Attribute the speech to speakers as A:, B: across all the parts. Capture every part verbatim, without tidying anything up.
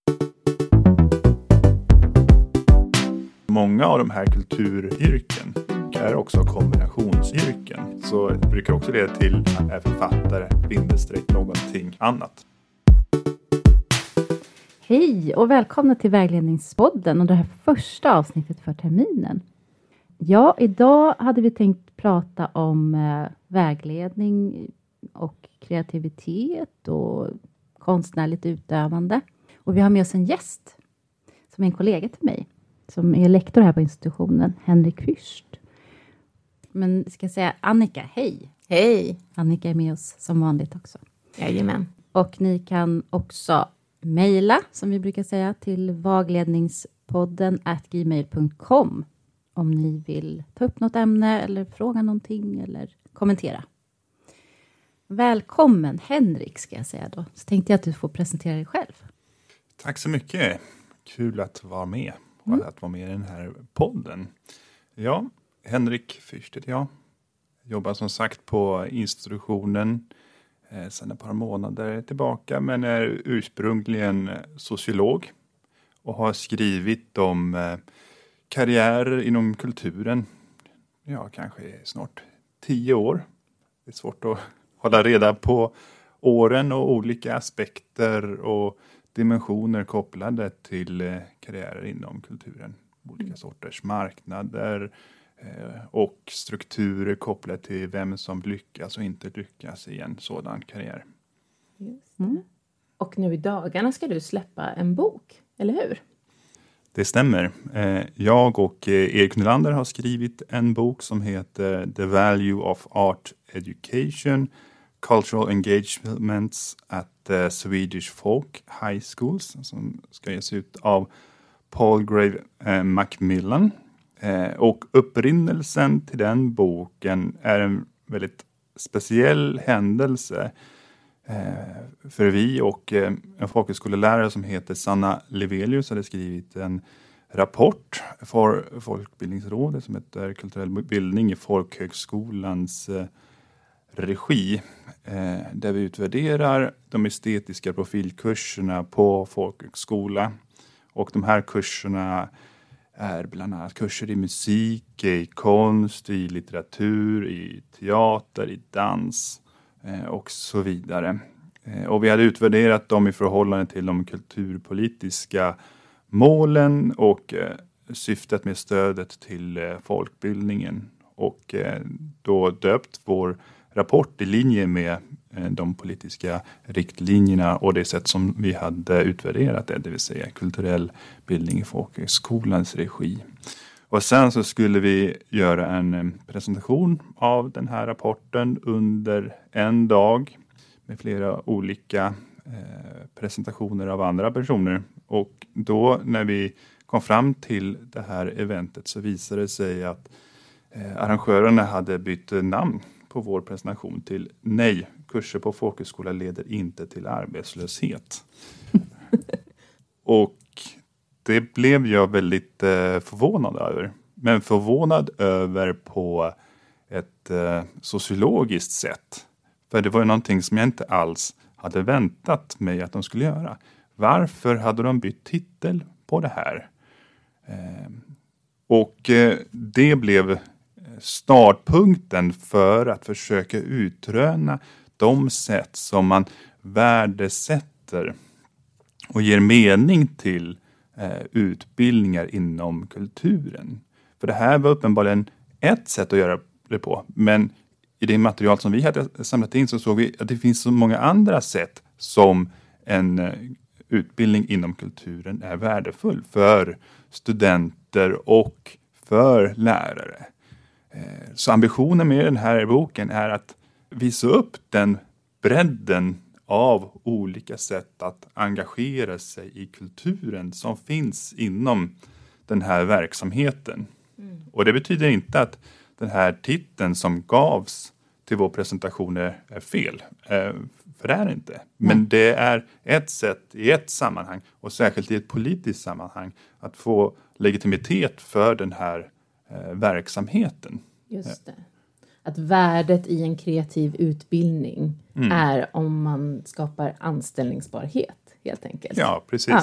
A: Många av de här kulturyrken är också kombinationsyrken. Så det brukar också leda till att man är författare, bindestreck någonting annat.
B: Hej och välkomna till Vägledningspodden och det här första avsnittet för terminen. Ja, idag hade vi tänkt prata om eh, vägledning och kreativitet och konstnärligt utövande. Och vi har med oss en gäst som är en kollega till mig. Som är lektor här på institutionen, Henrik Fürst. Men ska jag säga Annika, hej.
C: Hej.
B: Annika är med oss som vanligt också.
C: Jajamän.
B: Och ni kan också mejla, som vi brukar säga, till vägledningspodden at gmail punkt com om ni vill ta upp något ämne eller fråga någonting eller kommentera. Välkommen Henrik, ska jag säga då. Så tänkte jag att du får presentera dig själv.
A: Tack så mycket. Kul att vara med.
B: Mm.
A: Att vara med i den här podden. Ja, Henrik Fürst heter jag. Jobbar som sagt på institutionen eh, sedan ett par månader tillbaka. Men är ursprungligen sociolog. Och har skrivit om eh, karriärer inom kulturen. Ja, kanske snart tio år. Det är svårt att hålla reda på åren och olika aspekter och dimensioner kopplade till eh, karriärer inom kulturen. Olika sorters marknader eh, och strukturer kopplade till vem som lyckas och inte lyckas i en sådan karriär.
C: Just det. Mm. Och nu i dagarna ska du släppa en bok, eller hur?
A: Det stämmer. Eh, jag och eh, Erik Nylander har skrivit en bok som heter The Value of Art Education, Cultural Engagements at the Swedish Folk High Schools, som ska ges ut av Palgrave eh, Macmillan. Eh, och upprinnelsen till den boken är en väldigt speciell händelse. Eh, för vi och eh, en folkhögskolelärare som heter Sanna Levelius hade skrivit en rapport för Folkbildningsrådet som heter Kulturell bildning i folkhögskolans eh, regi, eh, där vi utvärderar de estetiska profilkurserna på folkhögskola. Och de här kurserna är bland annat kurser i musik, i konst, i litteratur, i teater, i dans eh, och så vidare. Eh, och vi hade utvärderat dem i förhållande till de kulturpolitiska målen och eh, syftet med stödet till eh, folkbildningen. Och eh, då döpt vår rapport i linje med de politiska riktlinjerna och det sätt som vi hade utvärderat det, det vill säga kulturell bildning i folkhögskolans regi. Och sen så skulle vi göra en presentation av den här rapporten under en dag med flera olika eh, presentationer av andra personer. Och då när vi kom fram till det här eventet så visade det sig att eh, arrangörerna hade bytt namn på vår presentation till nej, kurser på folkhögskola leder inte till arbetslöshet. Och det blev jag väldigt eh, förvånad över. Men förvånad över på ett eh, sociologiskt sätt. För det var ju någonting som jag inte alls hade väntat mig att de skulle göra. Varför hade de bytt titel på det här? Eh, och eh, det blev startpunkten för att försöka utröna de sätt som man värdesätter och ger mening till eh, utbildningar inom kulturen. För det här var uppenbarligen ett sätt att göra det på. Men i det material som vi hade samlat in så såg vi att det finns så många andra sätt som en eh, utbildning inom kulturen är värdefull för studenter och för lärare. Så ambitionen med den här boken är att visa upp den bredden av olika sätt att engagera sig i kulturen som finns inom den här verksamheten. Mm. Och det betyder inte att den här titeln som gavs till vår presentation är fel. För det är det inte. Men Nej. Det är ett sätt i ett sammanhang och särskilt i ett politiskt sammanhang att få legitimitet för den här eh, verksamheten.
C: Just det. Att värdet i en kreativ utbildning mm. är om man skapar anställningsbarhet helt enkelt.
A: Ja, precis. Ja.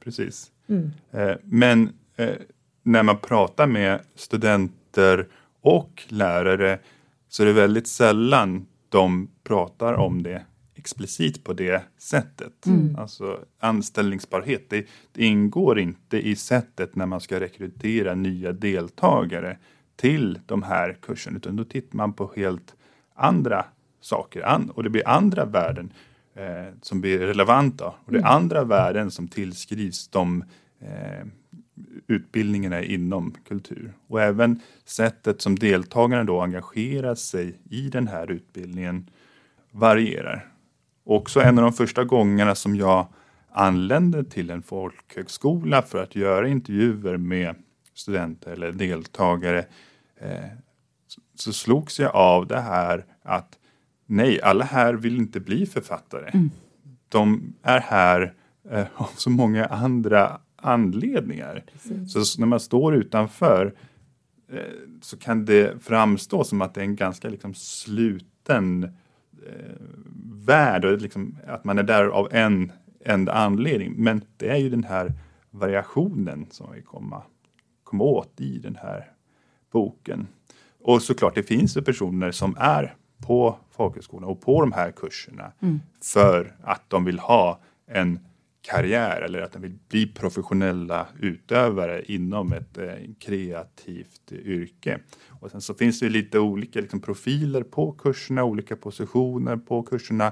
A: precis.
C: Mm.
A: Eh, men eh, när man pratar med studenter och lärare så är det väldigt sällan de pratar om det explicit på det sättet.
B: Mm.
A: Alltså anställningsbarhet, det, det ingår inte i sättet när man ska rekrytera nya deltagare till de här kurserna, utan då tittar man på helt andra saker an, och det blir andra värden eh, som blir relevanta och det är andra värden som tillskrivs de eh, utbildningarna inom kultur. Och även sättet som deltagarna då engagerar sig i den här utbildningen varierar. Också en av de första gångerna som jag anlände till en folkhögskola för att göra intervjuer med studenter eller deltagare eh, så slogs jag av det här att nej, alla här vill inte bli författare. Mm. De är här eh, av så många andra anledningar. Precis. Så när man står utanför eh, så kan det framstå som att det är en ganska liksom sluten eh, värld och liksom, att man är där av en enda anledning. Men det är ju den här variationen som vi kommer komma åt i den här boken. Och såklart det finns ju personer som är på folkhögskolan och på de här kurserna mm. för att de vill ha en karriär eller att de vill bli professionella utövare inom ett eh, kreativt yrke. Och sen så finns det lite olika liksom, profiler på kurserna, olika positioner på kurserna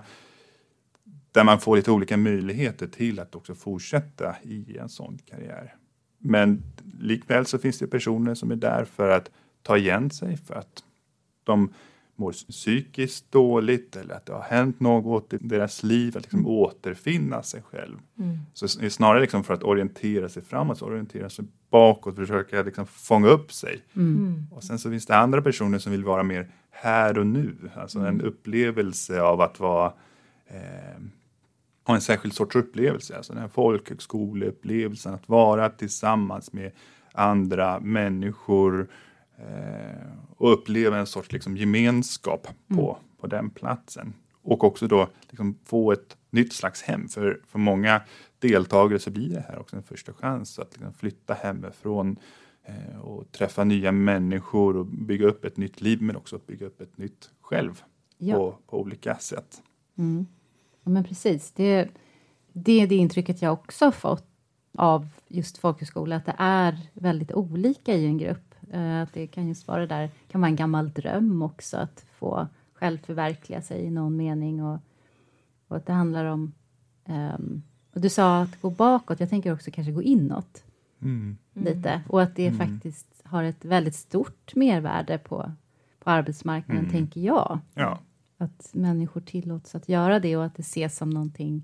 A: där man får lite olika möjligheter till att också fortsätta i en sån karriär. Men likväl så finns det personer som är där för att ta igen sig, för att de mår psykiskt dåligt eller att det har hänt något i deras liv, att liksom mm. återfinna sig själv. Mm. Så snarare liksom för att orientera sig framåt, så orientera sig bakåt, försöka liksom fånga upp sig. Mm. Och sen så finns det andra personer som vill vara mer här och nu. Alltså mm. en upplevelse av att vara eh, ha en särskild sorts upplevelse. Alltså den här folkhögskoleupplevelsen, att vara tillsammans med andra människor eh, och uppleva en sorts liksom, gemenskap på, mm. på den platsen. Och också då liksom, få ett nytt slags hem. För, för många deltagare så blir det här också en första chans att liksom, flytta hemifrån eh, och träffa nya människor och bygga upp ett nytt liv, men också bygga upp ett nytt själv ja. på, på olika sätt.
B: Mm. Ja, men precis. Det, det är det intrycket jag också har fått av just folkhögskola, att det är väldigt olika i en grupp. Att det kan just vara det där, kan vara en gammal dröm också, att få självförverkliga sig i någon mening, och, och att det handlar om um, och du sa att gå bakåt, jag tänker också kanske gå inåt mm. lite, och att det mm. faktiskt har ett väldigt stort mervärde på, på arbetsmarknaden mm. tänker jag.
A: Ja.
B: Att människor tillåts att göra det och att det ses som någonting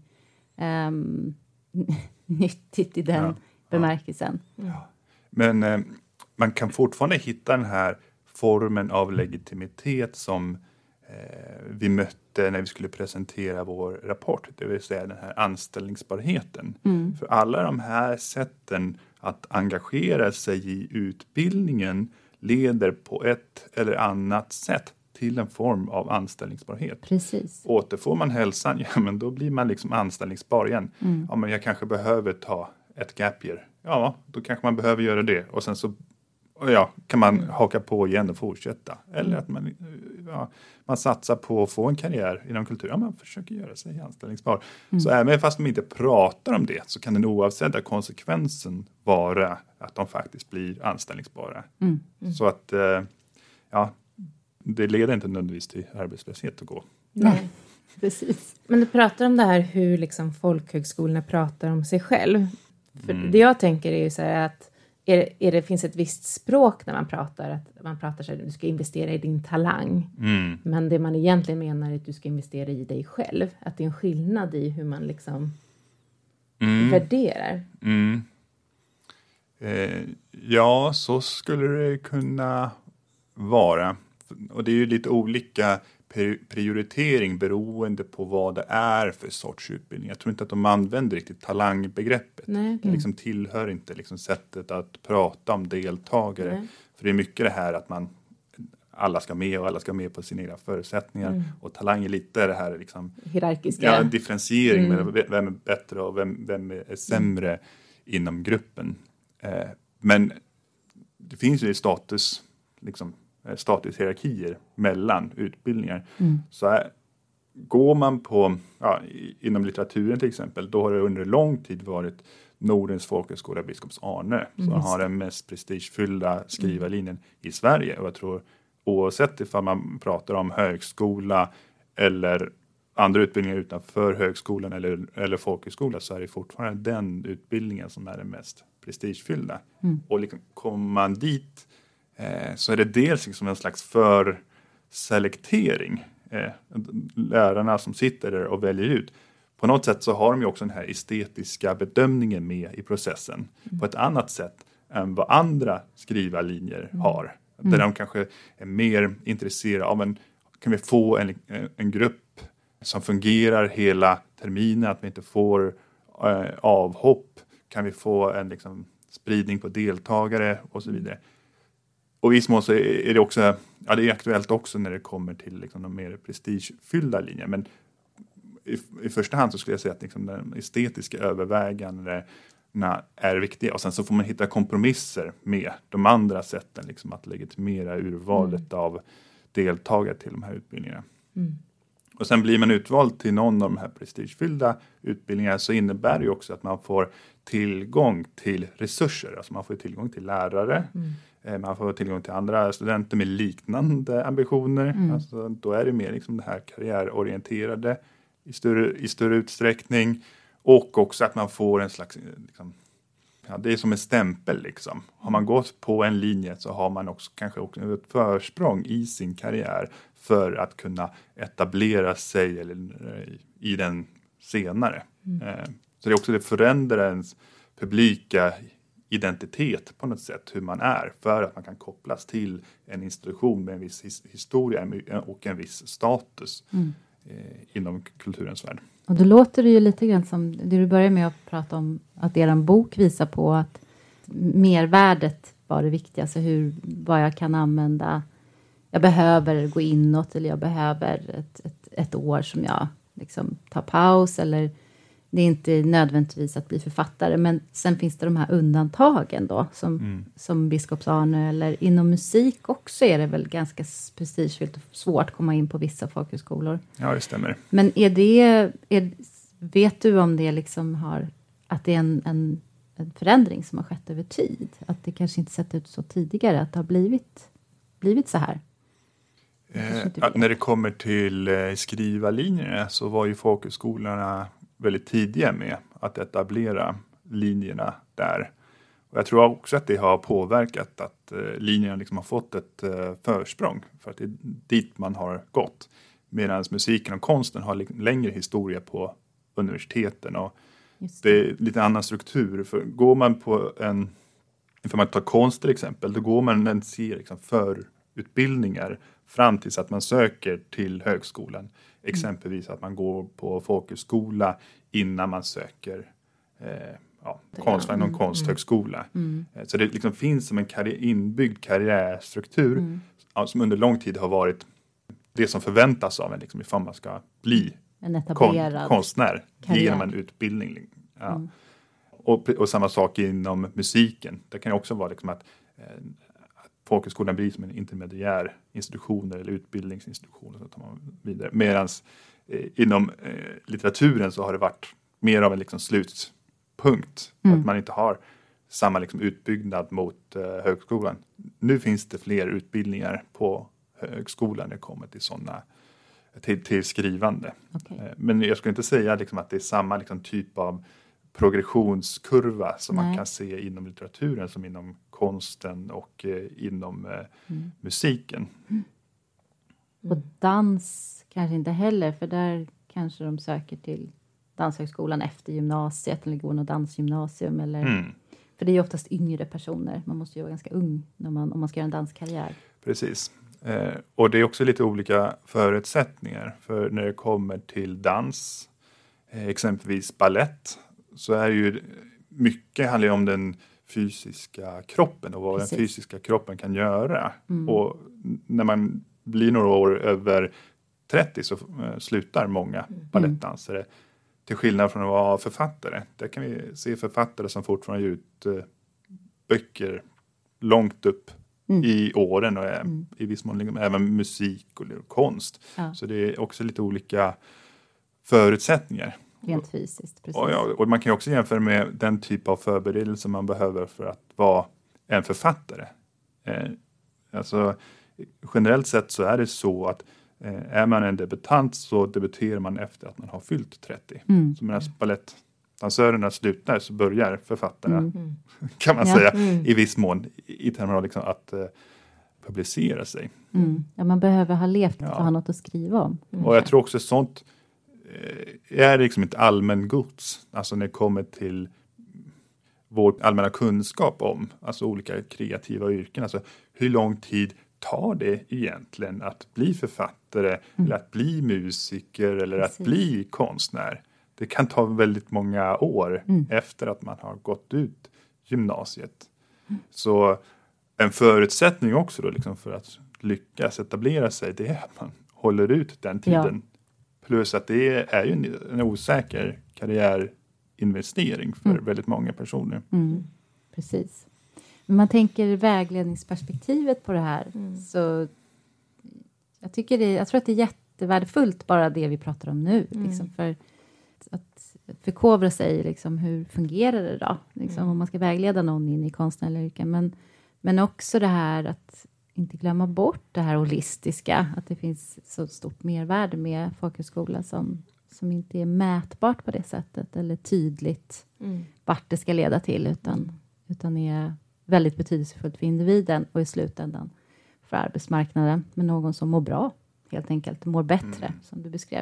B: um, nyttigt i den ja. bemärkelsen.
A: Ja. Men eh, man kan fortfarande hitta den här formen av legitimitet som eh, vi mötte när vi skulle presentera vår rapport. Det vill säga den här anställningsbarheten. Mm. För alla de här sätten att engagera sig i utbildningen leder på ett eller annat sätt till en form av anställningsbarhet.
B: Precis.
A: Återfår man hälsan, ja men då blir man liksom anställningsbar igen. Mm. Ja men jag kanske behöver ta ett gap year. Ja, då kanske man behöver göra det. Och sen så ja, kan man mm. haka på igen och fortsätta. Eller mm. att man, ja, man satsar på att få en karriär inom kultur. Ja, man försöker göra sig anställningsbar. Mm. Så även fast man inte pratar om det så kan den oavsedda konsekvensen vara att de faktiskt blir anställningsbara. Mm. Mm. Så att ja, det leder inte nödvändigtvis till arbetslöshet att gå.
B: Nej, precis.
C: Men du pratar om det här hur liksom folkhögskolorna pratar om sig själv. För
A: Mm.
C: det jag tänker är ju så här att är det, är det finns ett visst språk när man pratar, att man pratar så här, du ska investera i din talang. Mm. Men det man egentligen menar är att du ska investera i dig själv. Att det är en skillnad i hur man liksom mm. värderar.
A: Mm. Eh, ja, så skulle det kunna vara. Och det är ju lite olika prioritering beroende på vad det är för sorts utbildning. Jag tror inte att de använder riktigt talangbegreppet.
C: Nej.
A: Det liksom tillhör inte liksom sättet att prata om deltagare. Nej. För det är mycket det här att man alla ska med och alla ska med på sina egna förutsättningar. Mm. Och talang är lite det här liksom,
C: hierarkiska.
A: Ja, differentiering mm. med vem är bättre och vem, vem är sämre. inom gruppen. Eh, men det finns ju status, liksom, statushierarkier mellan utbildningar. Mm. Så här, går man på, ja, inom litteraturen till exempel, då har det under lång tid varit Nordens folkhögskola Biskops Arnö som mm. har den mest prestigefyllda skrivarlinjen mm. i Sverige. Och jag tror oavsett ifall man pratar om högskola eller andra utbildningar utanför högskolan eller, eller folkhögskola, så är det fortfarande den utbildningen som är den mest prestigefyllda. Mm. Och liksom, kommer man dit eh, så är det dels liksom en slags förselektering. Eh, lärarna som sitter där och väljer ut. På något sätt så har de ju också den här estetiska bedömningen med i processen. Mm. På ett annat sätt än vad andra skrivarlinjer mm. har. Mm. Där de kanske är mer intresserade av en, kan vi få en, en grupp som fungerar hela terminen, att vi inte får eh, avhopp. Kan vi få en liksom, spridning på deltagare och så vidare. Och i viss mån så är det också, ja, det är aktuellt också när det kommer till liksom, de mer prestigefyllda linjer. Men i, i första hand så skulle jag säga att liksom, de estetiska övervägandena är viktiga. Och sen så får man hitta kompromisser med de andra sätten liksom, att legitimera urvalet mm. av deltagare till de här utbildningarna. Mm. Och sen blir man utvald till någon av de här prestigefyllda utbildningarna, så innebär det ju också att man får tillgång till resurser. Alltså man får tillgång till lärare. Mm. Man får tillgång till andra studenter med liknande ambitioner. Mm. Alltså, då är det mer liksom det här karriärorienterade i större, i större utsträckning. Och också att man får en slags, liksom, ja, det är som en stämpel liksom. Har man gått på en linje så har man också kanske också ett försprång i sin karriär för att kunna etablera sig eller, i den senare. Mm. Så det är också det förändrar ens publika identitet på något sätt, hur man är, för att man kan kopplas till en institution med en viss his- historia och en viss status mm. eh, inom kulturens värld.
B: Och då låter det ju lite grann som det du börjar med att prata om, att er bok visar på att mervärdet var det viktigaste, hur, vad jag kan använda. Jag behöver gå inåt, eller jag behöver ett, ett, ett år som jag liksom tar paus, eller det är inte nödvändigtvis att bli författare, men sen finns det de här undantagen då, som, mm. som Biskops Arnö, eller inom musik också är det väl ganska prestigefyllt och svårt att komma in på vissa folkhögskolor.
A: Ja, det stämmer.
B: Men är det, är, vet du om det liksom har, att det är en, en, en förändring som har skett över tid? Att det kanske inte sett ut så tidigare, att det har blivit, blivit så här?
A: Eh, att när det kommer till eh, skrivarlinjerna så var ju folkhögskolorna väldigt tidiga med att etablera linjerna där. Och jag tror också att det har påverkat att eh, linjerna liksom har fått ett eh, försprång, för att det är dit man har gått. Medan musiken och konsten har li- längre historia på universiteten, och det. det är lite annan struktur. För går man på en, för man tar konst till exempel, då går man en serie liksom förutbildningar fram tills att man söker till högskolan. Exempelvis att man går på folkhögskola innan man söker eh, ja, konst, någon mm, konsthögskola. Mm. Så det liksom finns som en karri- inbyggd karriärstruktur mm. som under lång tid har varit det som förväntas av en, liksom, ifall man ska bli
B: en etablerad
A: kon- konstnär karriär. Genom en utbildning. Ja. Mm. Och, och samma sak inom musiken. Det kan ju också vara liksom att eh, folkhögskolan blir som en intermediär institution eller utbildningsinstitution, och så tar man vidare. Medan eh, inom eh, litteraturen så har det varit mer av en liksom slutpunkt. Mm. Att man inte har samma liksom utbyggnad mot eh, högskolan. Nu finns det fler utbildningar på högskolan när det kommer till sådana till, till skrivande. Okay. Eh, men jag skulle inte säga liksom att det är samma liksom typ av progressionskurva som Nej. Man kan se inom litteraturen som inom konsten och eh, inom eh, mm. musiken.
B: Mm. Och dans kanske inte heller, för där kanske de söker till danshögskolan efter gymnasiet, eller går något dansgymnasium, eller mm. för det är ju oftast yngre personer. Man måste ju vara ganska ung när man, om man ska göra en danskarriär.
A: Precis. Eh, och det är också lite olika förutsättningar, för när det kommer till dans, eh, exempelvis ballett, så är ju mycket handlar om den fysiska kroppen och vad Precis. Den fysiska kroppen kan göra. Mm. Och när man blir några år över trettio så uh, slutar många mm. ballettdansare. till skillnad från att vara författare. Där kan vi se författare som fortfarande ger ut eh, böcker långt upp mm. i åren och är, mm. i viss mån även musik och konst. Ja. Så det är också lite olika förutsättningar.
B: Rent fysiskt, precis.
A: Och, ja, och man kan ju också jämföra med den typ av förberedelse man behöver för att vara en författare. Eh, alltså generellt sett så är det så att eh, är man en debutant så debuterar man efter att man har fyllt trettio. Mm. Så medan balettdansörerna slutar så börjar författarna mm. kan man ja. säga mm. i viss mån i termer av liksom att eh, publicera sig.
B: Mm. Ja, man behöver ha levt ja. för att ha något att skriva om.
A: Mm. Och jag tror också sånt eh, är liksom ett allmän gods. Alltså när det kommer till vår allmänna kunskap om alltså olika kreativa yrken. Alltså hur lång tid tar det egentligen att bli författare mm. eller att bli musiker eller Precis. att bli konstnär? Det kan ta väldigt många år mm. efter att man har gått ut gymnasiet. Mm. Så en förutsättning också då liksom för att lyckas etablera sig, det är att man håller ut den tiden. Ja. Plus att det är ju en, en osäker karriärinvestering för mm. väldigt många personer.
B: Mm. Precis. Om man tänker vägledningsperspektivet på det här mm. så jag, tycker det, jag tror att det är jättevärdefullt bara det vi pratar om nu. Mm. Liksom, för att förkovra sig, liksom, hur fungerar det då? Liksom, mm. om man ska vägleda någon in i konstnärliga yrken. Men, men också det här att inte glömma bort det här holistiska. Att det finns så stort mervärde med folkhögskola som, som inte är mätbart på det sättet. Eller tydligt mm. vart det ska leda till. Utan, utan är väldigt betydelsefullt för individen och i slutändan för arbetsmarknaden. Med någon som mår bra, helt enkelt. Mår bättre, mm. som du beskrev.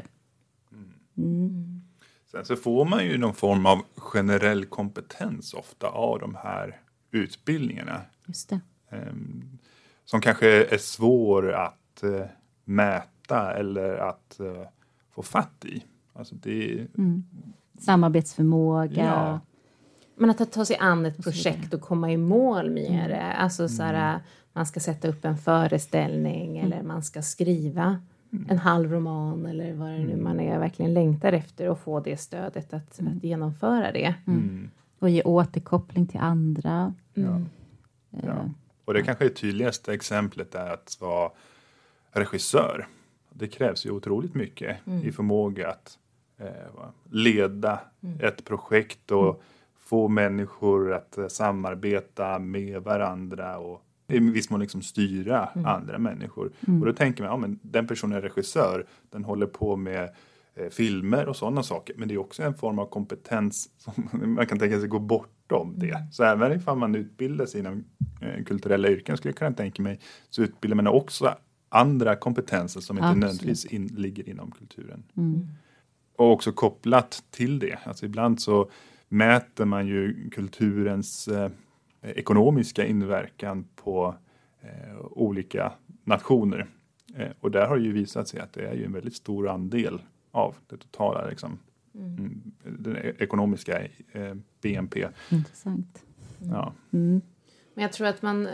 B: Mm.
A: Sen så får man ju någon form av generell kompetens ofta av de här utbildningarna.
B: Just det.
A: Um, som kanske är svår att uh, mäta eller att uh, få fatt i. Alltså det,
B: mm. Samarbetsförmåga. Ja.
C: Men att ta sig an ett projekt och komma i mål med det. Alltså så här, man ska sätta upp en föreställning mm. eller man ska skriva mm. en halv roman eller vad det nu man är verkligen längtar efter och få det stödet att, mm. att genomföra det.
B: Mm. Och ge återkoppling till andra.
A: Mm. Ja. Ja. Och det kanske är tydligaste exemplet är att vara regissör. Det krävs ju otroligt mycket mm. i förmåga att eh, leda mm. ett projekt och mm. få människor att uh, samarbeta med varandra och i viss mån liksom styra mm. andra människor. Mm. Och då tänker man, ja men den personen är regissör, den håller på med eh, filmer och sådana saker. Men det är också en form av kompetens som man kan tänka sig gå bortom det. Mm. Så även ifall man utbildar sig inom eh, kulturella yrken skulle jag kunna tänka mig, så utbildar man också andra kompetenser som inte nödvändigtvis in, ligger inom kulturen. Mm. Och också kopplat till det. Alltså ibland så mäter man ju kulturens eh, ekonomiska inverkan på eh, olika nationer. Eh, och där har det ju visat sig att det är ju en väldigt stor andel av det totala liksom, mm. den ekonomiska eh, B N P.
B: Intressant.
A: Mm. Ja.
B: Mm.
C: Men jag tror att man...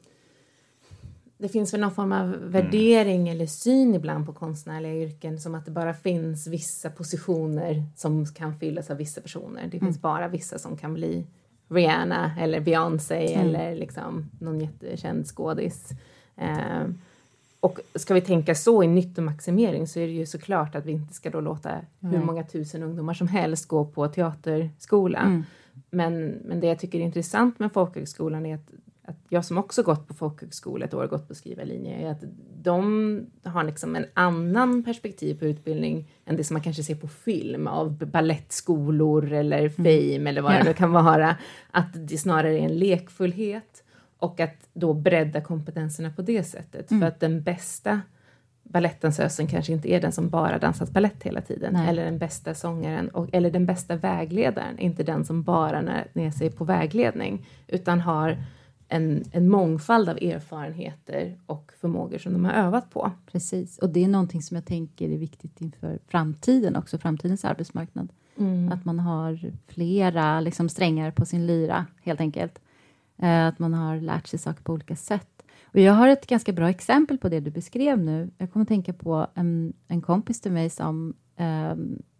C: Det finns väl någon form av värdering mm. eller syn ibland på konstnärliga yrken. Som att det bara finns vissa positioner som kan fyllas av vissa personer. Det finns mm. bara vissa som kan bli Rihanna eller Beyoncé mm. eller liksom någon jättekänd skådis. Eh, och ska vi tänka så i nyttomaximering så är det ju såklart att vi inte ska då låta mm. hur många tusen ungdomar som helst gå på teaterskola. Mm. Men, men det jag tycker är intressant med folkhögskolan är att att jag som också gått på folkhögskola ett år gått på skrivarlinje är att de har liksom en annan perspektiv på utbildning än det som man kanske ser på film av ballettskolor eller Fame mm. eller vad det nu kan vara. Att det snarare är en lekfullhet och att då bredda kompetenserna på det sättet. Mm. För att den bästa balettdansösen kanske inte är den som bara dansat ballett hela tiden. Nej. Eller den bästa sångaren och, eller den bästa vägledaren. Inte den som bara när, när sig på vägledning utan har En, en mångfald av erfarenheter och förmågor som de har övat på.
B: Precis, och det är någonting som jag tänker är viktigt inför framtiden också, framtidens arbetsmarknad. Mm. Att man har flera liksom, strängar på sin lyra, helt enkelt. Eh, att man har lärt sig saker på olika sätt. Och jag har ett ganska bra exempel på det du beskrev nu. Jag kommer att tänka på en, en kompis till mig som eh,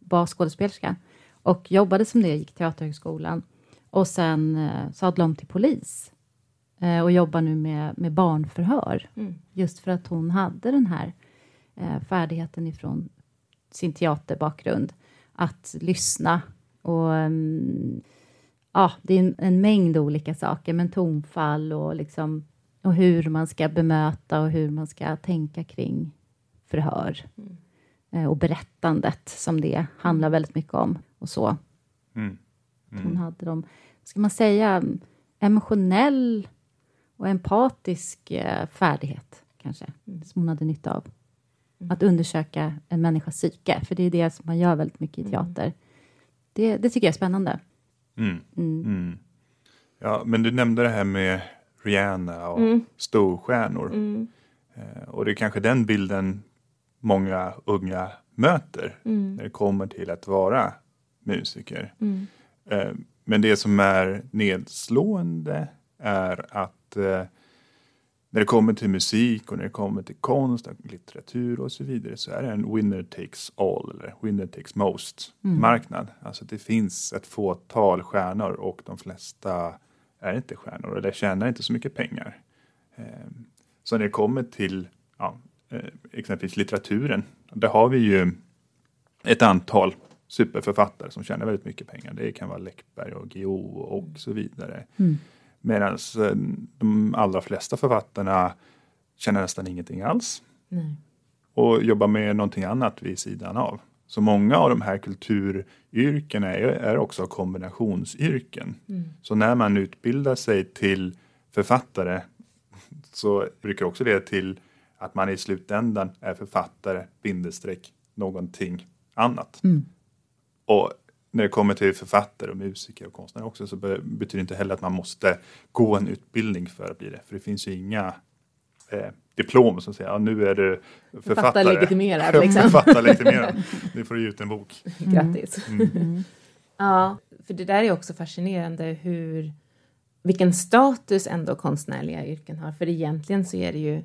B: var skådespelerska. Och jobbade som det, gick teaterhögskolan. Och sen eh, sadlade om till polis. Eh, och jobbar nu med, med barnförhör. Mm. Just för att hon hade den här eh, färdigheten ifrån sin teaterbakgrund. Att lyssna. Och um, ja, det är en, en mängd olika saker. Men tonfall och liksom... Och hur man ska bemöta och hur man ska tänka kring förhör. Mm. Eh, och berättandet som det handlar väldigt mycket om. Och så. Mm. Mm. Hon hade dem, ska man säga, emotionell och empatisk eh, färdighet kanske. Mm. Som hon hade nytta av. Mm. Att undersöka en människas psyke. För det är det som man gör väldigt mycket i teater. Mm. Det, det tycker jag är spännande.
A: Mm. Mm. Mm. Ja, men du nämnde det här med Rihanna och mm. storstjärnor. Mm. Eh, och det är kanske den bilden många unga möter mm. när det kommer till att vara musiker. Mm. Eh, men det som är nedslående är att eh, när det kommer till musik och när det kommer till konst och litteratur och så vidare så är det en winner takes all eller winner takes most mm. marknad. Alltså det finns ett fåtal stjärnor och de flesta är inte stjärnor eller tjänar inte så mycket pengar. Så när det kommer till ja, exempelvis litteraturen, där har vi ju ett antal superförfattare som tjänar väldigt mycket pengar. Det kan vara Läckberg och Guillou och så vidare. Mm. Medan de allra flesta författarna tjänar nästan ingenting alls. Nej. Och jobbar med någonting annat vid sidan av. Så många av de här kulturyrkena är, är också kombinationsyrken. Mm. Så när man utbildar sig till författare så brukar också det till att man i slutändan är författare, bindestreck, någonting annat. Mm. Och när det kommer till författare och musiker och konstnärer också så betyder det inte heller att man måste gå en utbildning för att bli det. För det finns ju inga eh, diplom som säger, ja, nu är du författare.
C: Författarlegitimerad liksom.
A: Författarlegitimerad. Nu får du ut en bok.
C: Mm. Grattis. Mm. Mm. Ja, för det där är också fascinerande hur, vilken status ändå konstnärliga yrken har. För egentligen så är det ju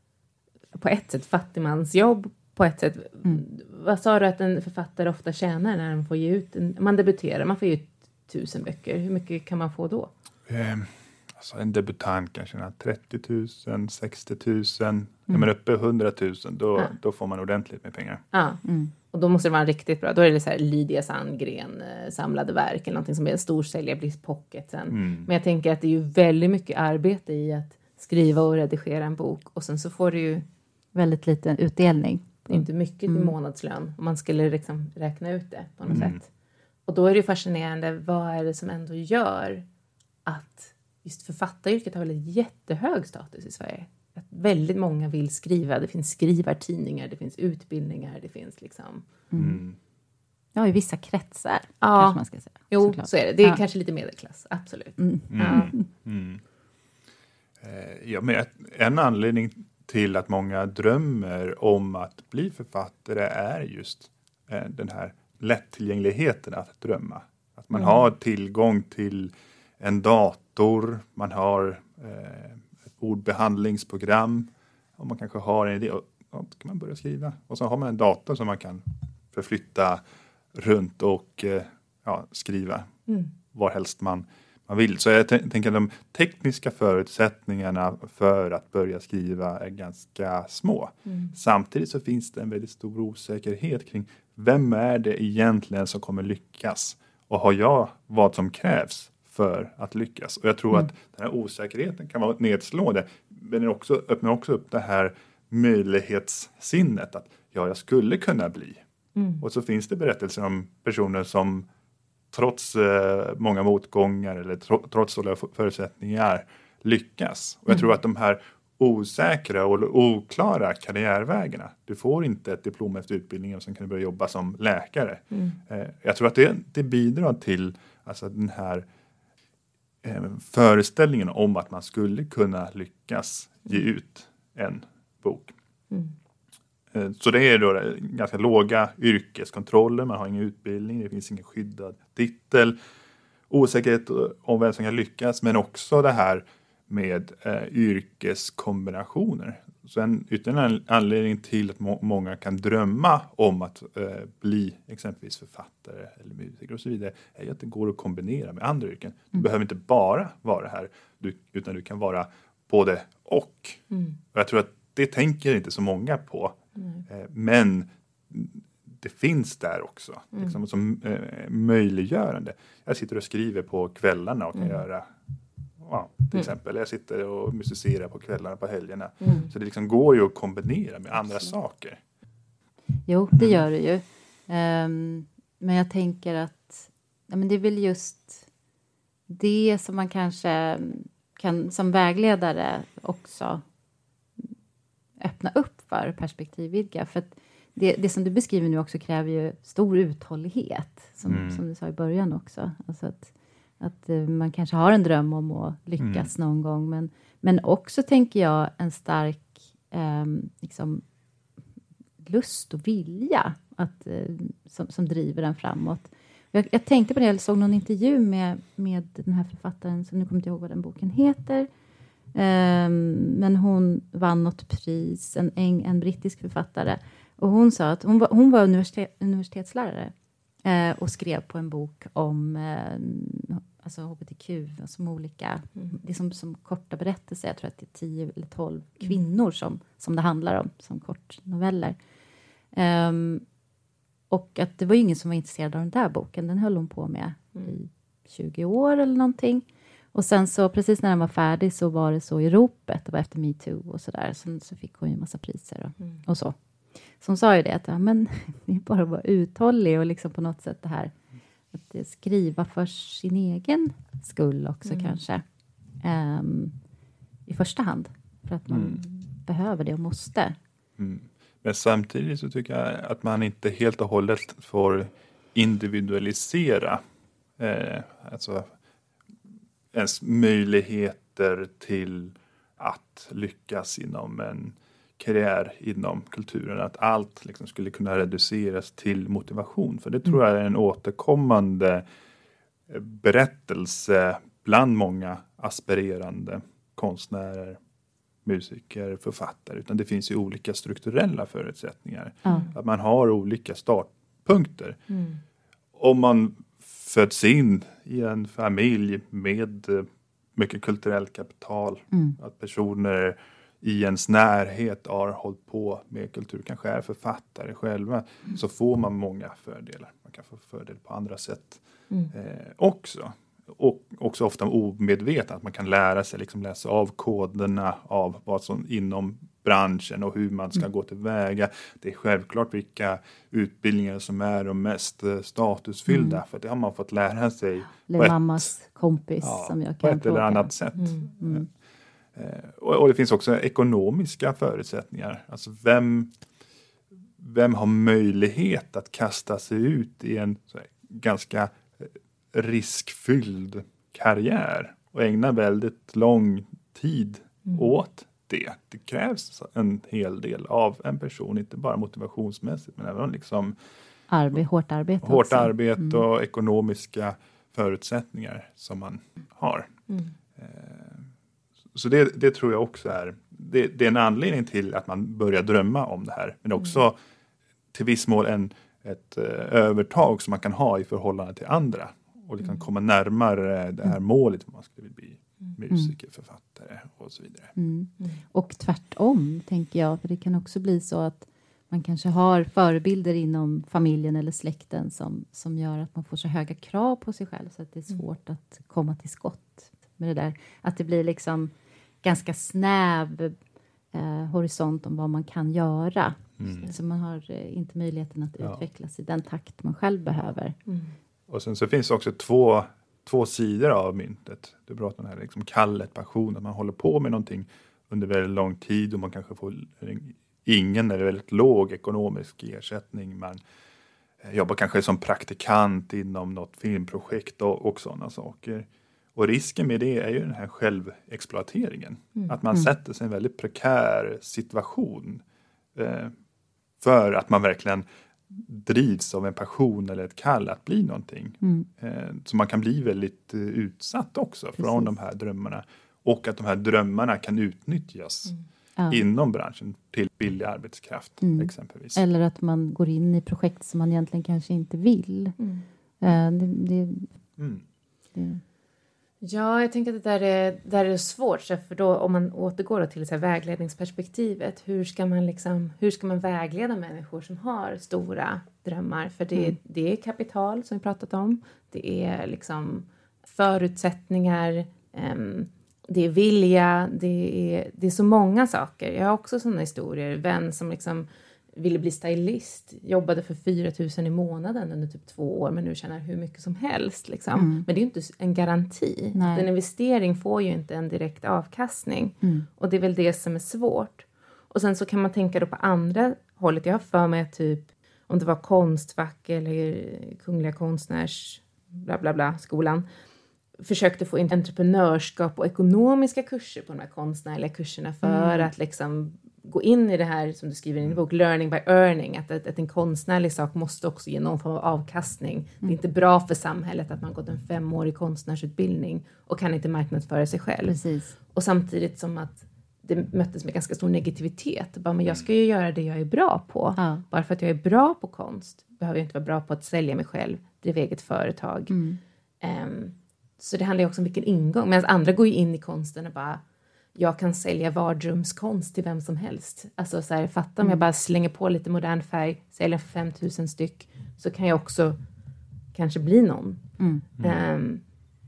C: på ett sätt fattigmansjobb. På ett sätt, mm. vad sa du att en författare ofta tjänar när man får ge ut, en, man debuterar, man får ge ut tusen böcker. Hur mycket kan man få då?
A: Eh, alltså en debutant kanske trettio tusen, sextio tusen, mm. när man är uppe hundra tusen, då, ja. då får man ordentligt med pengar.
C: Ja, mm. och då måste det vara riktigt bra. Då är det så här Lydia Sandgren eh, samlade verk eller någonting som är en stor säljare, blir pocket sen. Mm. Men jag tänker att det är ju väldigt mycket arbete i att skriva och redigera en bok och sen så får du ju
B: väldigt liten utdelning.
C: Inte mycket i mm. månadslön om man skulle liksom räkna ut det på något mm. sätt. Och då är det ju fascinerande, vad är det som ändå gör att just författaryrket har väl jättehög status i Sverige. Att väldigt många vill skriva, det finns skrivartidningar, det finns utbildningar, det finns liksom...
B: Mm. Ja, i vissa kretsar ja. kanske man ska säga.
C: Jo, såklart. Så är det. Det är ja. kanske lite medelklass, absolut. Mm.
A: Mm. Ja. Mm. Ja, men en anledning till att många drömmer om att bli författare är just eh, den här lättillgängligheten att drömma. Att man mm. har tillgång till en dator, man har eh, ett ordbehandlingsprogram och man kanske har en idé och då kan man börja skriva. Och så har man en dator som man kan förflytta runt och eh, ja, skriva mm. var helst man man vill. Så jag t- tänker att de tekniska förutsättningarna för att börja skriva är ganska små. Mm. Samtidigt så finns det en väldigt stor osäkerhet kring vem är det egentligen som kommer lyckas? Och har jag vad som krävs för att lyckas? Och jag tror mm. att den här osäkerheten kan vara nedslående. Men den också, öppnar också upp det här möjlighetssinnet att ja, jag skulle kunna bli. Mm. Och så finns det berättelser om personer som trots eh, många motgångar eller tro, trots alla förutsättningar lyckas. Och jag mm. tror att de här osäkra och oklara karriärvägarna, du får inte ett diplom efter utbildningen och sen kan du börja jobba som läkare. Mm. Eh, jag tror att det, det bidrar till alltså, den här eh, föreställningen om att man skulle kunna lyckas ge ut en bok. Mm. Så det är då ganska låga yrkeskontroller, man har ingen utbildning, det finns ingen skyddad titel, osäkerhet om vem som kan lyckas, men också det här med eh, yrkeskombinationer. så en ytterligare anledning till att må, många kan drömma om att eh, bli exempelvis författare eller musiker och så vidare är ju att det går att kombinera med andra yrken. Du mm. behöver inte bara vara här du, utan du kan vara både och. Mm. Och jag tror att det tänker inte så många på. Mm. Eh, men det finns där också. Mm. Liksom, som eh, möjliggörande. Jag sitter och skriver på kvällarna och kan mm. göra... Ja, till mm. exempel. Jag sitter och musicerar på kvällarna på helgerna. Mm. Så det liksom går ju att kombinera med andra Absolut. saker.
B: Jo, det gör det ju. Um, men jag tänker att ja, men det är väl just det som man kanske kan som vägledare också öppna upp för, perspektivvidga. För att det, det som du beskriver nu också kräver ju stor uthållighet. Som, mm. som du sa i början också. Alltså att Att uh, man kanske har en dröm om att lyckas mm. någon gång. Men, men också tänker jag en stark um, liksom, lust och vilja att, uh, som, som driver den framåt. Jag, jag tänkte på det, jag såg någon intervju med, med den här författaren. Så nu kommer jag inte ihåg vad den boken heter. Um, men hon vann något pris. En, en, en brittisk författare. Och hon sa att hon var, hon var universitet, universitetslärare. Uh, och skrev på en bok om uh, alltså H B T Q, som olika, mm. det är som, som korta berättelser. Jag tror att det är tio eller tolv kvinnor som, som det handlar om, som kortnoveller. Um, och att det var ingen som var intresserad av den där boken. Den höll hon på med mm. i tjugo år eller någonting. Och sen så, precis när den var färdig så var det så i ropet. Det var efter MeToo och sådär. Så, så fick hon ju en massa priser och, mm. och så. Så hon sa ju det att ja, men, det är bara att vara uthållig och liksom på något sätt det här att skriva för sin egen skull också mm. kanske. Um, I första hand. För att man mm. behöver det och måste.
A: Mm. Men samtidigt så tycker jag att man inte helt och hållet får individualisera eh, alltså ens möjligheter till att lyckas inom en karriär inom kulturen, att allt liksom skulle kunna reduceras till motivation. För det tror jag är en återkommande berättelse bland många aspirerande konstnärer, musiker, författare. Utan det finns ju olika strukturella förutsättningar. Mm. Att man har olika startpunkter. Mm. Om man föds in i en familj med mycket kulturellt kapital, mm. att personer i ens närhet har hållit på med kultur, kanske är författare själva, mm. så får man många fördelar. Man kan få fördel på andra sätt mm. eh, också. Och också ofta omedvetet att man kan lära sig, liksom läsa av koderna av vad som inom branschen och hur man ska mm. gå tillväga. Det är självklart vilka utbildningar som är de mest statusfyllda, mm. för det har man fått lära sig.
B: Eller mammas ett, kompis
A: ja,
B: som jag kan
A: på ett
B: fråga.
A: eller annat sätt.
B: Mm. Mm.
A: Och, och det finns också ekonomiska förutsättningar. Alltså vem, vem har möjlighet att kasta sig ut i en så här, ganska riskfylld karriär och ägna väldigt lång tid mm. åt det. Det krävs en hel del av en person, inte bara motivationsmässigt men även liksom
B: Arbe, hårt arbete
A: hårt
B: också.
A: arbete
B: mm.
A: och ekonomiska förutsättningar som man har. Mm. Så det, det tror jag också är det, det är en anledning till att man börjar drömma om det här, men också mm. till viss mån en, ett uh, övertag som man kan ha i förhållande till andra och liksom mm. komma närmare det här målet, man skulle bli musiker, författare och så vidare.
B: Mm. Mm. Och tvärtom tänker jag, för det kan också bli så att man kanske har förebilder inom familjen eller släkten som, som gör att man får så höga krav på sig själv så att det är svårt mm. att komma till skott med det där. Att det blir liksom ganska snäv eh, horisont om vad man kan göra. Mm. Så man har eh, inte möjligheten att ja. utvecklas i den takt man själv behöver. Mm.
A: Och sen så finns det också två, två sidor av myntet. Du pratar om det här liksom kallet, passion, att man håller på med någonting under väldigt lång tid och man kanske får ingen eller väldigt låg ekonomisk ersättning. Man eh, jobbar kanske som praktikant inom något filmprojekt och, och sådana saker. Och risken med det är ju den här självexploateringen. Mm. Att man mm. sätter sig i en väldigt prekär situation. Eh, för att man verkligen drivs av en passion eller ett kall att bli någonting. Mm. Eh, så man kan bli väldigt eh, utsatt också Precis. från de här drömmarna. Och att de här drömmarna kan utnyttjas. Mm. ja. inom branschen till billig arbetskraft mm. exempelvis.
B: Eller att man går in i projekt som man egentligen kanske inte vill. Mm. Uh, det, det, mm. det.
C: Ja, jag tänker att det där är, där är svårt. För då, om man återgår till så här vägledningsperspektivet. Hur ska, man liksom, hur ska man vägleda människor som har stora drömmar? För det, mm. det är kapital som vi pratat om. Det är liksom förutsättningar. Um, det är vilja. Det är, det är så många saker. Jag har också sådana historier. Vän som liksom ville bli stylist. Jobbade för fyra tusen i månaden under typ två år. Men nu tjänar hur mycket som helst. Liksom. Mm. Men det är ju inte en garanti. Nej. En investering får ju inte en direkt avkastning. Mm. Och det är väl det som är svårt. Och sen så kan man tänka då på andra hållet. Jag har för mig typ. Om det var Konstfack eller Kungliga konstnärs. Bla bla bla. Skolan. Försökte få in entreprenörskap och ekonomiska kurser på de här konstnärliga kurserna. För mm. att liksom gå in i det här som du skriver i din bok, learning by earning, att, att, att en konstnärlig sak måste också ge någon form av avkastning. Mm. Det är inte bra för samhället att man gått en femårig konstnärsutbildning och kan inte marknadsföra sig själv.
B: Precis.
C: Och samtidigt som att det möttes med ganska stor negativitet. Bara, men jag ska ju göra det jag är bra på. Ja. Bara för att jag är bra på konst behöver jag inte vara bra på att sälja mig själv, driva eget företag. Mm. Um, så det handlar ju också om vilken ingång. Medan andra går ju in i konsten och bara, jag kan sälja vardrumskonst till vem som helst. Alltså så här, fatta om mm. jag bara slänger på lite modern färg, säljer för fem tusen styck, så kan jag också kanske bli någon. Mm. Um,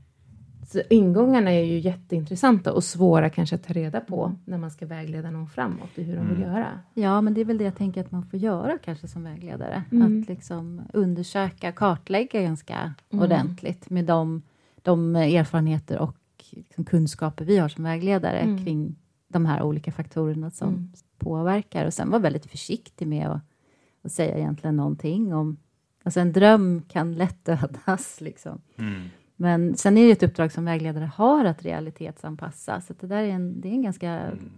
C: så ingångarna är ju jätteintressanta och svåra kanske att ta reda på när man ska vägleda någon framåt i hur de vill göra.
B: Ja, men det är väl det jag tänker att man får göra kanske som vägledare. Mm. Att liksom undersöka, kartlägga ganska mm. ordentligt med de, de erfarenheter och liksom kunskaper vi har som vägledare mm. kring de här olika faktorerna som mm. påverkar. Och sen vara väldigt försiktig med att, att säga egentligen någonting om. Alltså en dröm kan lätt dödas liksom. Mm. Men sen är det ett uppdrag som vägledare har att realitetsanpassa. Så det där är en, det är en ganska mm.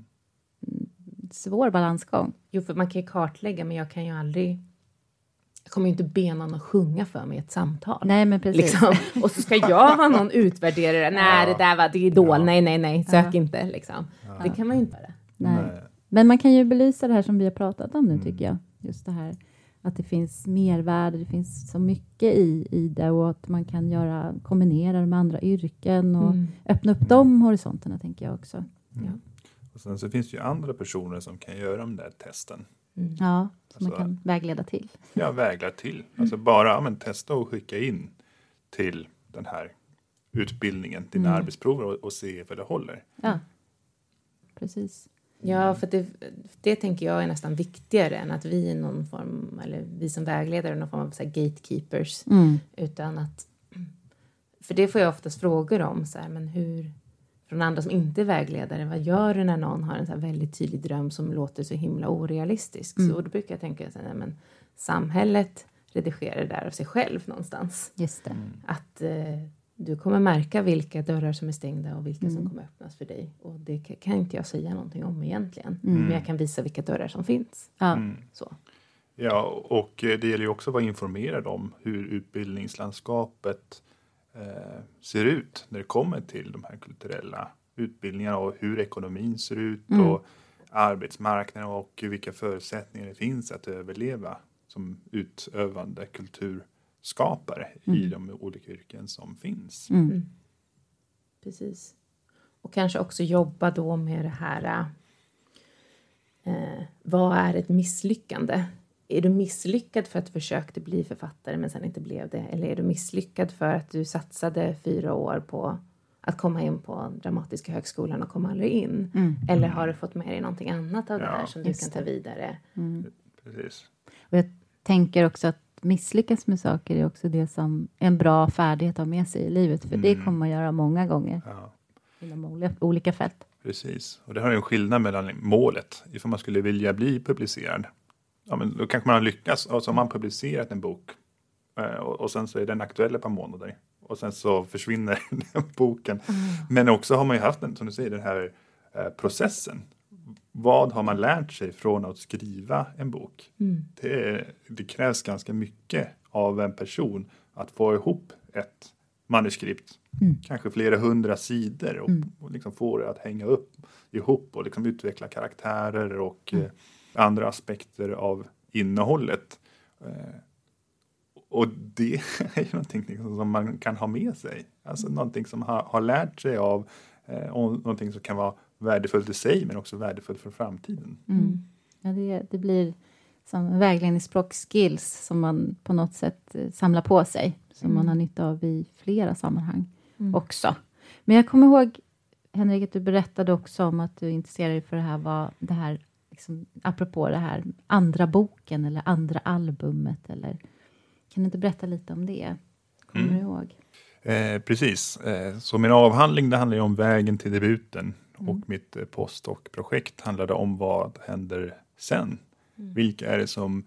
B: svår balansgång.
C: Jo, för man kan ju kartlägga, men jag kan ju aldrig... Jag kommer ju inte be någon att sjunga för mig i ett samtal.
B: Nej, men precis.
C: Liksom. Och så ska jag ha någon utvärderare. Nej, ja. det där var det är idol. Ja. Nej, nej, nej. Sök ja. inte. Liksom. Ja. Det kan man ju inte göra.
B: Nej. nej. Men man kan ju belysa det här som vi har pratat om nu, mm. tycker jag. Just det här. Att det finns mervärde. Det finns så mycket i, i det. Och att man kan göra, kombinera det med andra yrken. Och mm. öppna upp de horisonterna, tänker jag också.
A: Mm. Ja. Och sen så finns det ju andra personer som kan göra de där testen.
B: Mm. Ja, som alltså, man kan vägleda till.
A: Ja, vägleda till. Alltså bara men, testa och skicka in till den här utbildningen, dina mm. arbetsprover och, och se för det håller.
B: Ja, precis.
C: Ja, för det, det tänker jag är nästan viktigare än att vi är någon form, eller vi som vägledare är någon form av så här, gatekeepers. Mm. Utan att, för det får jag oftast frågor om, så här, men hur, från andra som inte är vägledare, vad gör du när någon har en så här väldigt tydlig dröm som låter så himla orealistisk? Mm. Så då brukar jag tänka så här, men samhället redigerar det där av sig själv någonstans.
B: Just det.
C: Mm. Att eh, du kommer märka vilka dörrar som är stängda och vilka mm. som kommer öppnas för dig. Och det kan inte jag säga någonting om egentligen. Mm. Men jag kan visa vilka dörrar som finns.
B: Ja.
A: Mm.
C: Så.
A: Ja, och det gäller ju också att vara informerad om hur utbildningslandskapet eh, ser ut när det kommer till de här kulturella utbildningarna och hur ekonomin ser ut mm. och arbetsmarknaden och vilka förutsättningar det finns att överleva som utövande kulturskapare mm. i de olika yrken som finns.
C: Mm. Mm. Precis. Och kanske också jobba då med det här, eh, vad är ett misslyckande? Är du misslyckad för att du försökte bli författare men sen inte blev det? Eller är du misslyckad för att du satsade fyra år på att komma in på Dramatiska högskolan och komma aldrig in? Mm. Eller har du fått med dig någonting annat av ja, det här som du kan ta vidare?
B: Mm.
A: Precis.
B: Och jag tänker också att misslyckas med saker är också det som en bra färdighet att ha med sig i livet. För mm. det kommer man göra många gånger
A: ja.
B: inom olika fält.
A: Precis. Och det har en skillnad mellan målet. Ifall man skulle vilja bli publicerad. Ja, men då kanske man har lyckats. Och så har man publicerat en bok. Och, och sen så är den aktuell ett par månader. Och sen så försvinner den boken. Mm. Men också har man ju haft den, som du säger, den här eh, processen. Vad har man lärt sig från att skriva en bok? Mm. Det, det krävs ganska mycket av en person att få ihop ett manuskript Mm. Kanske flera hundra sidor och, mm. och liksom få det att hänga upp ihop och liksom utveckla karaktärer och mm. eh, andra aspekter av innehållet. Eh, och det är ju någonting liksom som man kan ha med sig. Alltså mm. någonting som ha, har lärt sig av eh, och någonting som kan vara värdefullt i sig men också värdefullt för framtiden.
B: Mm. Ja, det, det blir som vägledningsspråkskills som man på något sätt samlar på sig. Som mm. man har nytta av i flera sammanhang mm. också. Men jag kommer ihåg, Henrik, att du berättade också om att du intresserade dig för det här. Vad det här liksom, apropå det här andra boken eller andra albumet. Eller, kan du inte berätta lite om det? Kommer mm. du ihåg?
A: Eh, precis. Eh, så min avhandling det handlar ju om vägen till debuten. Mm. Och mitt eh, postdoc-projekt handlade om vad händer sen. Mm. Vilka är det som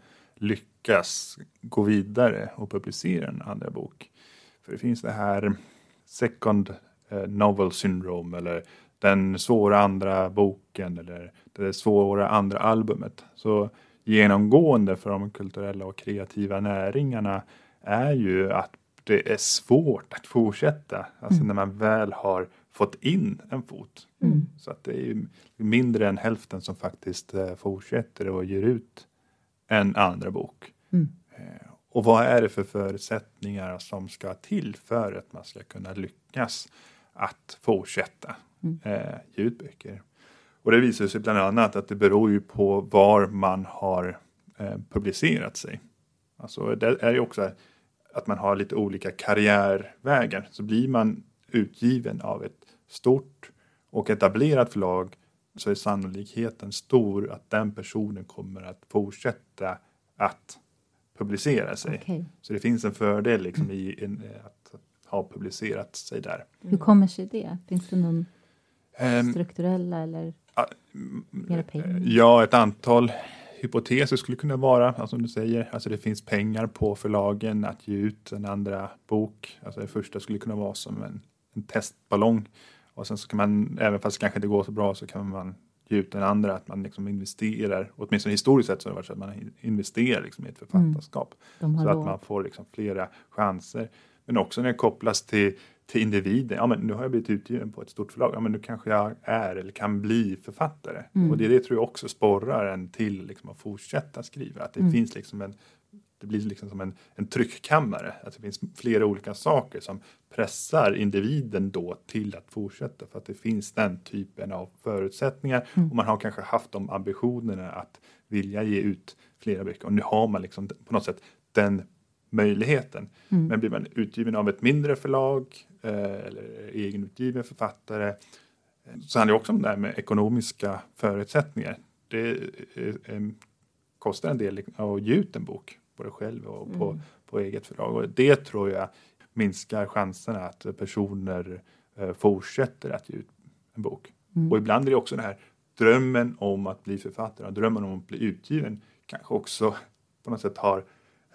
A: lyckas gå vidare och publicera en andra bok? För det finns det här second eh, novel syndrome eller den svåra andra boken eller det svåra andra albumet. Så genomgående för de kulturella och kreativa näringarna är ju att det är svårt att fortsätta. Alltså mm. när man väl har fått in en fot. Mm. Så att det är ju mindre än hälften som faktiskt eh, fortsätter och ger ut en andra bok. Mm. Eh, och vad är det för förutsättningar som ska till för att man ska kunna lyckas att fortsätta mm. eh, ge ut böcker? Och det visar sig bland annat att det beror ju på var man har eh, publicerat sig. Alltså det är ju också att man har lite olika karriärvägar. Så blir man utgiven av ett stort och etablerat förlag så är sannolikheten stor att den personen kommer att fortsätta att publicera sig. Okay. Så det finns en fördel liksom mm. i en, att ha publicerat sig där.
B: Hur kommer sig det? Finns det någon um, strukturella eller uh, mer pengar?
A: Ja, ett antal hypoteser skulle kunna vara, alltså som du säger, alltså det finns pengar på förlagen att ge ut en andra bok. Alltså det första skulle kunna vara som en, en testballong. Och sen så kan man, även fast det kanske inte går så bra, så kan man ge ut den andra, att man liksom investerar, åtminstone historiskt sett så har det varit så att man investerar liksom i ett författarskap. Mm. Så att man får liksom flera chanser. Men också när det kopplas till, till individen. Ja, men nu har jag blivit utgiven på ett stort förlag. Ja, men nu kanske jag är eller kan bli författare. Mm. Och det, det tror jag också sporrar en till liksom att fortsätta skriva. Att det mm. finns liksom en, det blir liksom som en, en tryckkammare. Att det finns flera olika saker som pressar individen då till att fortsätta. För att det finns den typen av förutsättningar. Mm. Och man har kanske haft de ambitionerna att vilja ge ut flera böcker. Och nu har man liksom på något sätt den möjligheten. Mm. Men blir man utgiven av ett mindre förlag eh, eller egenutgiven författare eh, så handlar det också om det här med ekonomiska förutsättningar. Det eh, eh, kostar en del att ge ut en bok både själv och mm. på, på eget förlag. Och det tror jag minskar chanserna att personer eh, fortsätter att ge ut en bok. Mm. Och ibland är det också den här drömmen om att bli författare och drömmen om att bli utgiven kanske också på något sätt har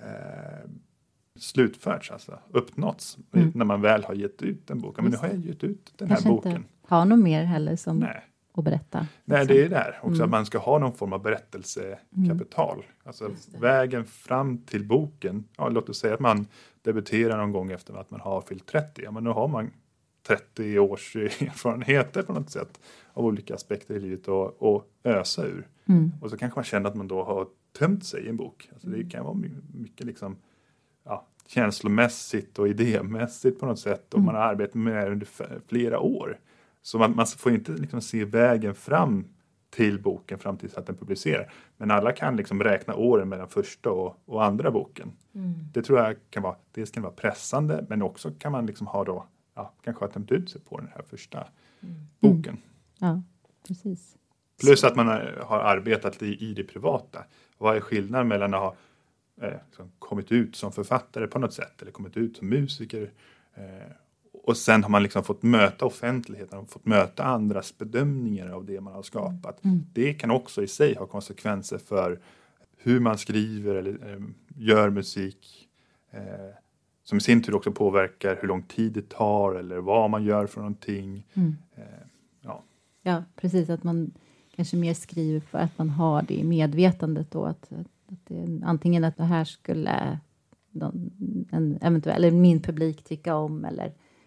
A: eh, slutförts, alltså uppnåtts mm. när man väl har gett ut en bok. Men nu har jag gett ut den
B: kanske
A: här boken.
B: Inte har något mer heller som
A: Nej.
B: att berätta.
A: Nej, det är det här. Också mm. att man ska ha någon form av berättelsekapital. Mm. Alltså vägen fram till boken. Ja, låt oss säga att man debuterar någon gång efter att man har fyllt trettio. Ja, men nu har man trettio års erfarenheter på något sätt av olika aspekter i livet och, och ösa ur. Mm. Och så kanske man känner att man då har tömt sig i en bok. Alltså det kan vara mycket liksom ja, känslomässigt och idémässigt på något sätt. Och mm. man har arbetat med det under flera år. Så man, man får inte liksom se vägen fram till boken fram tills att den publicerar. Men alla kan liksom räkna åren mellan första och, och andra boken. Mm. Det tror jag kan vara, dels kan vara pressande, men också kan man liksom ha då, ja, kanske ha tömt ut sig på den här första mm. boken. Mm.
B: Ja, precis.
A: Plus att man har, har arbetat i, i det privata. Vad är skillnaden mellan att ha eh, liksom kommit ut som författare på något sätt eller kommit ut som musiker eh, och sen har man liksom fått möta offentligheten och fått möta andras bedömningar av det man har skapat. Mm. Det kan också i sig ha konsekvenser för hur man skriver eller eh, gör musik. Eh, som i sin tur också påverkar hur lång tid det tar eller vad man gör för någonting. Mm. Eh, ja.
B: ja, precis. Att man kanske mer skriver för att man har det i medvetandet då. Att, att det, antingen att det här skulle någon, en eventuell, eller min publik tycka om eller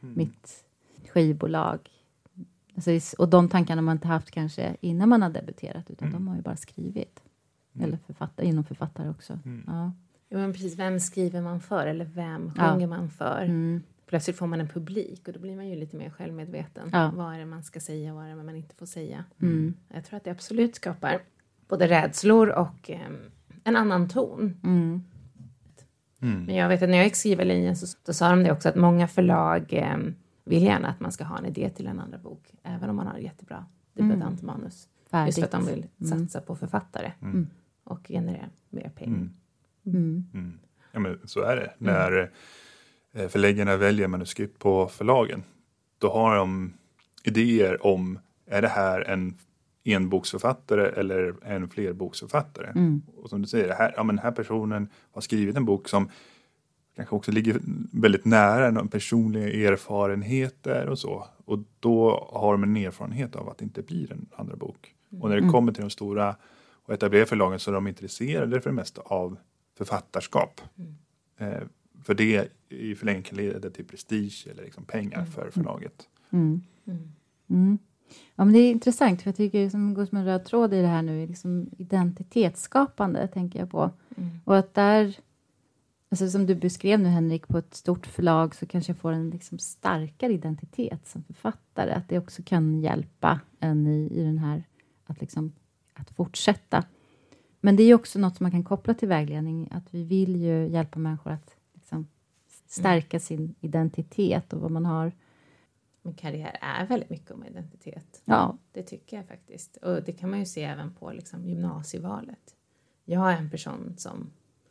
B: mm. mitt skivbolag. Alltså, och de tankarna har man inte haft kanske innan man har debuterat, utan mm. de har ju bara skrivit. Mm. Eller författare, inom författare också. Mm. Ja.
C: Ja, men precis, vem skriver man för eller vem sjunger ja. man för?
B: Mm.
C: Plötsligt får man en publik och då blir man ju lite mer självmedveten.
B: Ja.
C: Vad är det man ska säga, vad är det man inte får säga?
B: Mm.
C: Jag tror att det absolut skapar både rädslor och eh, en annan ton.
B: Mm.
C: Mm. Men jag vet att när jag gick skrivarlinjen så, så sa de det också att många förlag eh, vill gärna att man ska ha en idé till en andra bok. Även om man har jättebra debutantmanus.
B: Mm.
C: Just för att de vill satsa
B: mm.
C: på författare.
B: Mm.
C: Och generera mer pengar.
A: Mm.
B: Mm.
A: Mm. Ja, men så är det. Mm. När förläggarna väljer manuskript på förlagen, då har de idéer om, är det här en enboksförfattare eller en flerboksförfattare?
B: Mm.
A: Och som du säger, det här, ja, men den här personen har skrivit en bok som kanske också ligger väldigt nära de personliga erfarenheter och så. Och då har de en erfarenhet av att det inte blir en andra bok. Mm. Och när det kommer till de stora och etablerade förlagen så är de intresserade för det mesta av författarskap.
C: Mm.
A: Eh, för det i förlängningen kan leda till prestige eller liksom pengar
C: mm.
A: för förlaget.
B: Mm.
C: Mm.
B: Mm. Ja, men det är intressant, för jag tycker det går som en röd tråd i det här nu, liksom identitetsskapande tänker jag på.
C: Mm.
B: Och att där, alltså som du beskrev nu Henrik, på ett stort förlag så kanske jag får en liksom starkare identitet som författare. Att det också kan hjälpa en i, i den här, att liksom att fortsätta. Men det är ju också något som man kan koppla till vägledning, att vi vill ju hjälpa människor att liksom stärka mm. sin identitet och vad man har.
C: Men karriär är väldigt mycket om identitet.
B: Ja.
C: Det tycker jag faktiskt. Och det kan man ju se även på liksom gymnasievalet. Jag är en person som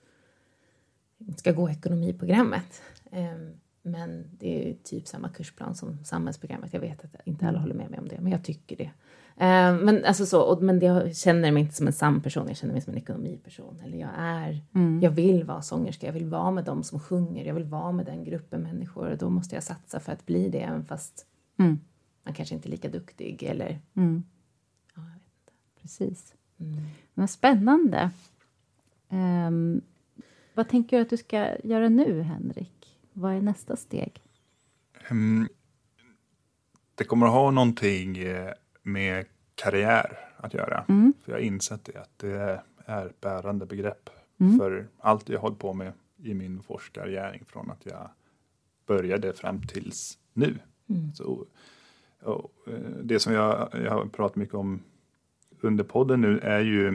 C: ska gå ekonomiprogrammet. Men det är ju typ samma kursplan som samhällsprogrammet. Jag vet att inte alla håller med mig om det, men jag tycker det. Men, alltså så, och, men det, jag känner mig inte som en samperson, jag känner mig som en ekonomiperson. Eller jag är,
B: mm.
C: jag vill vara sångerska, jag vill vara med dem som sjunger, jag vill vara med den gruppen människor. Och då måste jag satsa för att bli det, även fast
B: mm.
C: man kanske inte är lika duktig. Eller,
B: mm.
C: ja, jag vet inte.
B: Precis.
C: Mm.
B: Men spännande. Um, vad tänker du att du ska göra nu, Henrik? Vad är nästa steg?
A: Um, det kommer att ha någonting med karriär att göra.
B: Mm.
A: För jag har insett det, att det är ett bärande begrepp
B: mm.
A: för allt jag har hållit på med i min forskargärning från att jag började fram tills nu.
C: Mm.
A: Så, och, det som jag, jag har pratat mycket om under podden nu är ju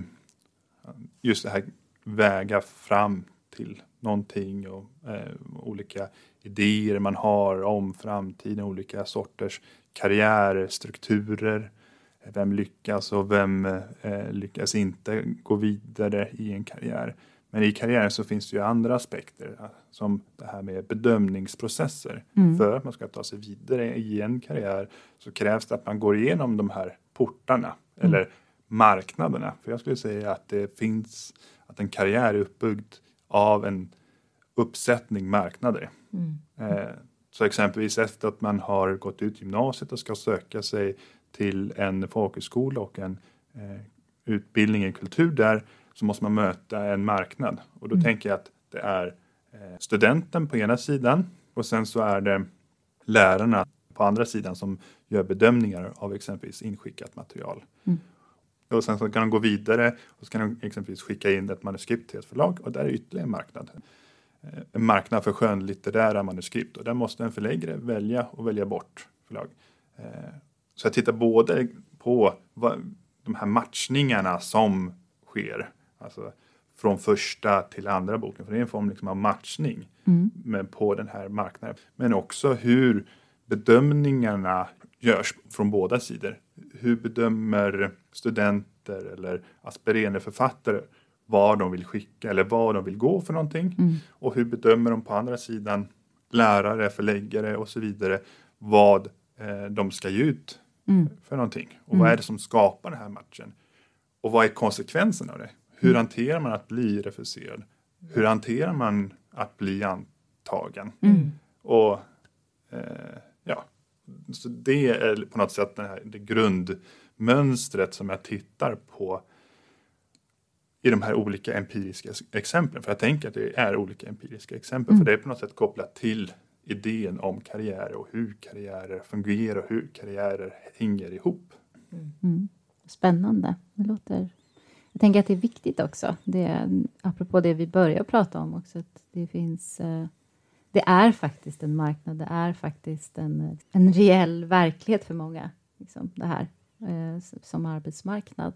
A: just det här väga fram till någonting och eh, olika idéer man har om framtiden, olika sorters karriärstrukturer. Vem lyckas och vem eh, lyckas inte gå vidare i en karriär. Men i karriären så finns det ju andra aspekter, som det här med bedömningsprocesser.
B: Mm.
A: För att man ska ta sig vidare i en karriär så krävs det att man går igenom de här portarna, mm. eller marknaderna. För jag skulle säga att det finns, att en karriär är uppbyggd av en uppsättning marknader.
C: Mm.
A: Eh, så exempelvis efter att man har gått ut gymnasiet och ska söka sig till en folkhögskola och en eh, utbildning i kultur där, så måste man möta en marknad. Och då mm. tänker jag att det är eh, studenten på ena sidan och sen så är det lärarna på andra sidan som gör bedömningar av exempelvis inskickat material.
B: Mm.
A: Och sen så kan de gå vidare och så kan de exempelvis skicka in ett manuskript till ett förlag, och där är ytterligare en marknad. En marknad för skönlitterära manuskript, och där måste en förläggare välja och välja bort förlag. Så jag tittar både på de här matchningarna som sker, alltså från första till andra boken, för det är en form liksom av matchning
B: mm.
A: med, på den här marknaden. Men också hur bedömningarna görs från båda sidor. Hur bedömer studenter eller aspirerande författare vad de vill skicka eller vad de vill gå för någonting.
B: Mm.
A: Och hur bedömer de på andra sidan, lärare, förläggare och så vidare, vad eh, de ska ge ut
B: mm.
A: för någonting. Och
B: mm.
A: vad är det som skapar den här matchen? Och vad är konsekvensen av det? Hur
B: mm.
A: hanterar man att bli refuserad? Hur hanterar man att bli antagen?
B: Mm.
A: Och eh, ja, så det är på något sätt det, här, det grundmönstret som jag tittar på i de här olika empiriska exemplen. För jag tänker att det är olika empiriska exempel.
B: Mm.
A: För det är på något sätt kopplat till idén om karriär och hur karriärer fungerar och hur karriärer hänger ihop.
B: Mm. Spännande. Det låter... Jag tänker att det är viktigt också. Det är, apropå det vi börjar prata om också. Att det finns... Det är faktiskt en marknad. Det är faktiskt en, en reell verklighet för många. Liksom, det här. Som arbetsmarknad.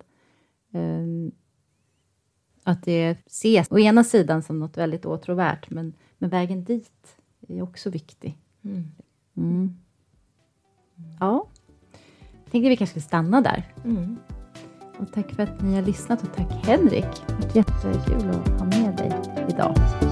B: Att det ses å ena sidan som något väldigt åtråvärt. Men, men vägen dit är också viktig. Mm. Mm. Ja. Jag tänkte vi kanske skulle stanna där. Mm. Och tack för att ni har lyssnat och tack Henrik. Det var jättekul att ha med dig idag.